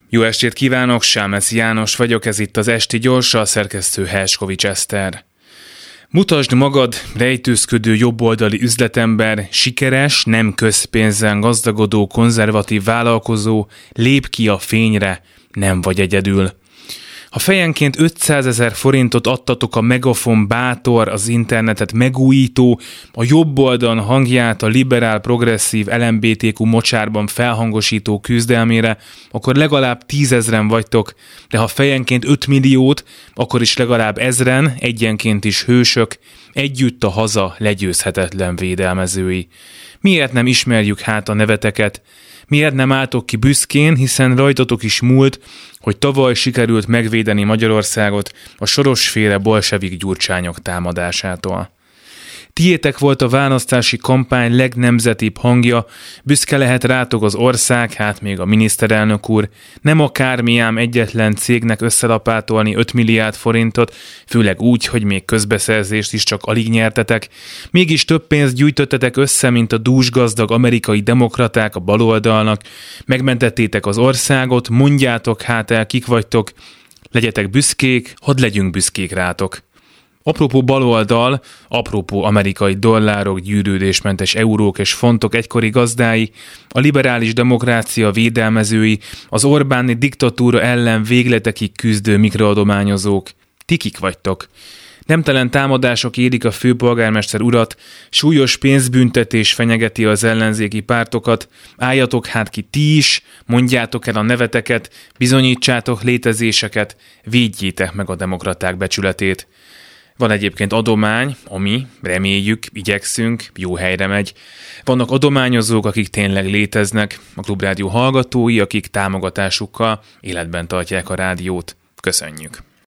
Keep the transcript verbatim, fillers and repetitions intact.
Jó estét kívánok, Sámesz János vagyok, ez itt az Esti Gyors, a szerkesztő Herskovics Eszter. Mutasd magad, rejtőzködő jobboldali üzletember, sikeres, nem közpénzen gazdagodó konzervatív vállalkozó, lép ki a fényre, nem vagy egyedül. Ha fejenként ötszázezer forintot adtatok a Megafon bátor, az internetet megújító, a jobb oldalon hangját a liberál, progresszív, el em bé té kú mocsárban felhangosító küzdelmére, akkor legalább tízezren vagytok, de ha fejenként öt milliót, akkor is legalább ezren, egyenként is hősök, együtt a haza legyőzhetetlen védelmezői. Miért nem ismerjük hát a neveteket? Miért nem álltok ki büszkén, hiszen rajtatok is múlt, hogy tavaly sikerült megvédeni Magyarországot a Soros-féle bolsevik gyurcsányok támadásától. Tiétek volt a választási kampány legnemzetibb hangja, büszke lehet rátok az ország, hát még a miniszterelnök úr, nem akármi ám egyetlen cégnek összelapátolni öt milliárd forintot, főleg úgy, hogy még közbeszerzést is csak alig nyertetek, mégis több pénzt gyűjtöttetek össze, mint a dúsgazdag amerikai demokraták a baloldalnak, megmentettétek az országot, mondjátok hát el, kik vagytok, legyetek büszkék, hadd legyünk büszkék rátok. Apropó baloldal, apropó amerikai dollárok, gyűrődésmentes eurók és fontok egykori gazdái, a liberális demokrácia védelmezői, az Orbáni diktatúra ellen végletekig küzdő mikroadományozók. Ti kik vagytok? Nemtelen támadások érik a főpolgármester urat, súlyos pénzbüntetés fenyegeti az ellenzéki pártokat, álljatok hát ki ti is, mondjátok el a neveteket, bizonyítsátok létezéseket, védjétek meg a demokraták becsületét. Van egyébként adomány, ami, reméljük, igyekszünk, jó helyre megy. Vannak adományozók, akik tényleg léteznek, a Klubrádió hallgatói, akik támogatásukkal életben tartják a rádiót. Köszönjük!